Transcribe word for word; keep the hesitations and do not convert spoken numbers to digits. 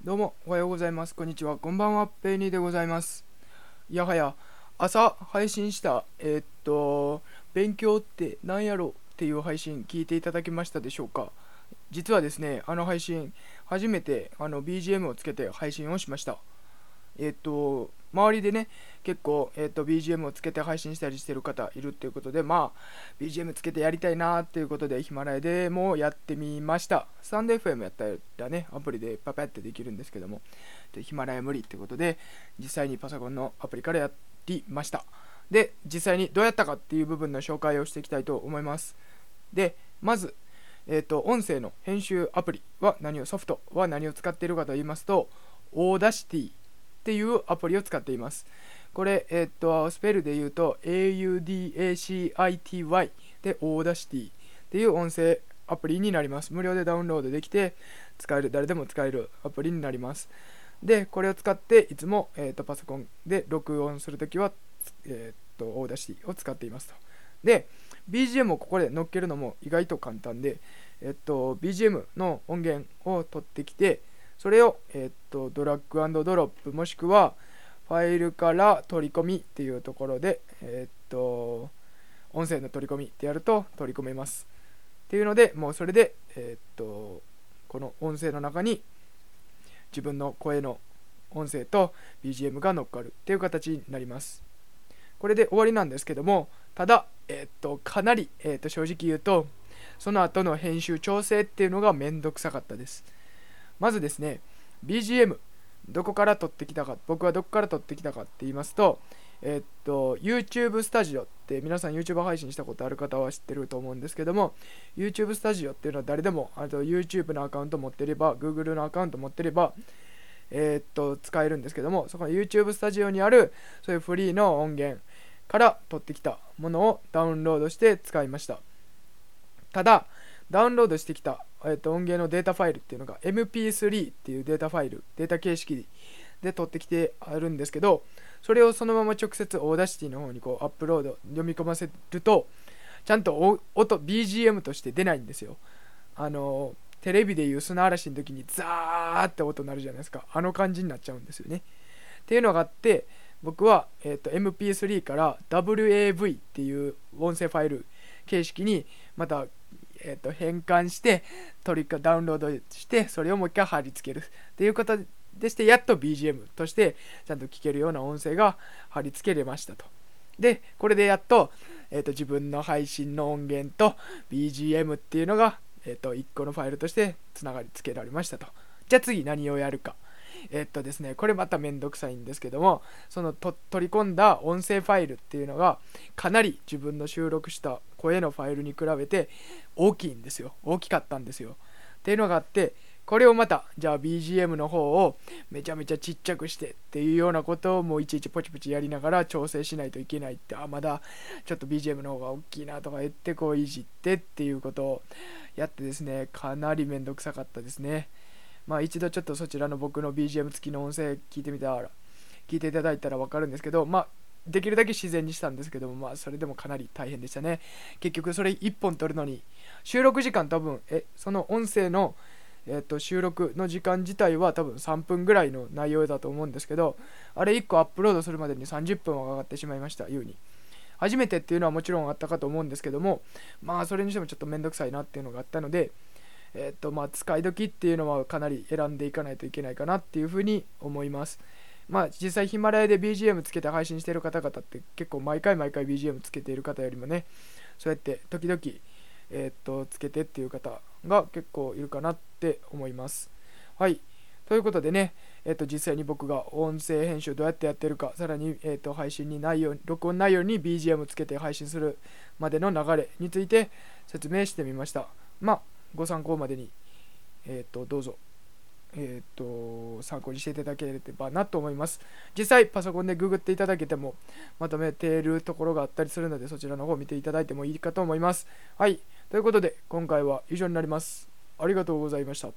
どうもおはようございます。こんにちは。こんばんは。ペイニーでございます。いやはや朝配信したえーっと勉強ってなんやろっていう配信聞いていただけましたでしょうか。実はですね、あの配信初めてあの ビージーエム をつけて配信をしました。えーっと周りでね、結構、えーっと ビージーエム をつけて配信したりしてる方いるっていうことで、まあ ビージーエム つけてやりたいなっていうことでヒマラヤでもやってみました。スタンド エフエム やったらね、アプリでパパってできるんですけども、ヒマラヤ無理ってことで実際にパソコンのアプリからやりました。で、実際にどうやったかっていう部分の紹介をしていきたいと思います。で、まずえーと音声の編集アプリは何をソフトは何を使っているかと言いますと、オーダーシティっていうアプリを使っています。これ、えっと、スペルで言うと エーユーディーエーシーアイティーワイ でオーダーシティっていう音声アプリになります。無料でダウンロードできて使える、誰でも使えるアプリになります。で、これを使っていつも、えっと、パソコンで録音するときは、えっと、オーダーシティを使っていますと。で、ビージーエム をここで乗っけるのも意外と簡単で、えっと、ビージーエム の音源を取ってきて、それを、えっと、ドラッグ&ドロップもしくはファイルから取り込みっていうところで、えっと、音声の取り込みってやると取り込めます。っていうので、もうそれで、えっと、この音声の中に自分の声の音声と ビージーエム が乗っかるっていう形になります。これで終わりなんですけども、ただ、えっと、かなり、えっと、正直言うと、その後の編集調整っていうのがめんどくさかったです。まずですね、ビージーエム、どこから撮ってきたか、僕はどこから撮ってきたかって言いますと、えっと、YouTube スタジオって皆さん YouTube 配信したことある方は知ってると思うんですけども、YouTube スタジオっていうのは誰でも、あと YouTube のアカウント持ってれば、Google のアカウント持ってれば、えっと、使えるんですけども、そこの YouTube スタジオにある、そういうフリーの音源から撮ってきたものをダウンロードして使いました。ただ、ダウンロードしてきた、えー、と音源のデータファイルっていうのが エムピースリー っていうデータファイル、データ形式で取ってきてあるんですけど、それをそのまま直接オーダーシティの方にこうアップロード、読み込ませると、ちゃんと音、ビージーエム として出ないんですよ。あのー、テレビでいう砂嵐の時にザーって音鳴るじゃないですか。あの感じになっちゃうんですよね。っていうのがあって、僕は、えー、と エムピースリー から ダブリューエーブイ っていう音声ファイル形式にまたえー、と変換して取りかダウンロードしてそれをもう一回貼り付けるっていうことでして、やっと ビージーエム としてちゃんと聞けるような音声が貼り付けれましたと。でこれでやっと,、えー、と自分の配信の音源と ビージーエム っていうのが、えー、といっこのファイルとしてつながり付けられましたと。じゃあ次何をやるか。えっとですね、これまためんどくさいんですけども、そのと取り込んだ音声ファイルっていうのがかなり自分の収録した声のファイルに比べて大きいんですよ。大きかったんですよ。っていうのがあって、これをまたじゃあ ビージーエム の方をめちゃめちゃちっちゃくしてっていうようなことをもういちいちポチポチやりながら調整しないといけないって、あまだちょっと ビージーエム の方が大きいなとか言ってこういじってっていうことをやってですね、かなりめんどくさかったですね。まあ一度ちょっとそちらの僕の ビージーエム 付きの音声聞いてみたら聞いていただいたら分かるんですけど、まあできるだけ自然にしたんですけども、まあそれでもかなり大変でしたね。結局それいっぽん撮るのに収録時間多分えその音声のえっと収録の時間自体は多分さんぷんぐらいの内容だと思うんですけど、あれいっこアップロードするまでにさんじゅっぷんはかかってしまいました。言うに初めてっていうのはもちろんあったかと思うんですけども、まあそれにしてもちょっとめんどくさいなっていうのがあったので、えっとまあ使い時っていうのはかなり選んでいかないといけないかなっていうふうに思います。まあ実際ヒマラヤで ビージーエム つけて配信している方々って結構毎回毎回 ビージーエム つけている方よりもね、そうやって時々えっとつけてっていう方が結構いるかなって思います。はい。ということでね、えっと実際に僕が音声編集どうやってやってるか、さらにえっと配信に内容、録音内容に ビージーエム つけて配信するまでの流れについて説明してみました。まあご参考までに、えっ、と、どうぞ、えっ、と、参考にしていただければなと思います。実際、パソコンでググっていただけても、まとめているところがあったりするので、そちらの方を見ていただいてもいいかと思います。はい。ということで、今回は以上になります。ありがとうございました。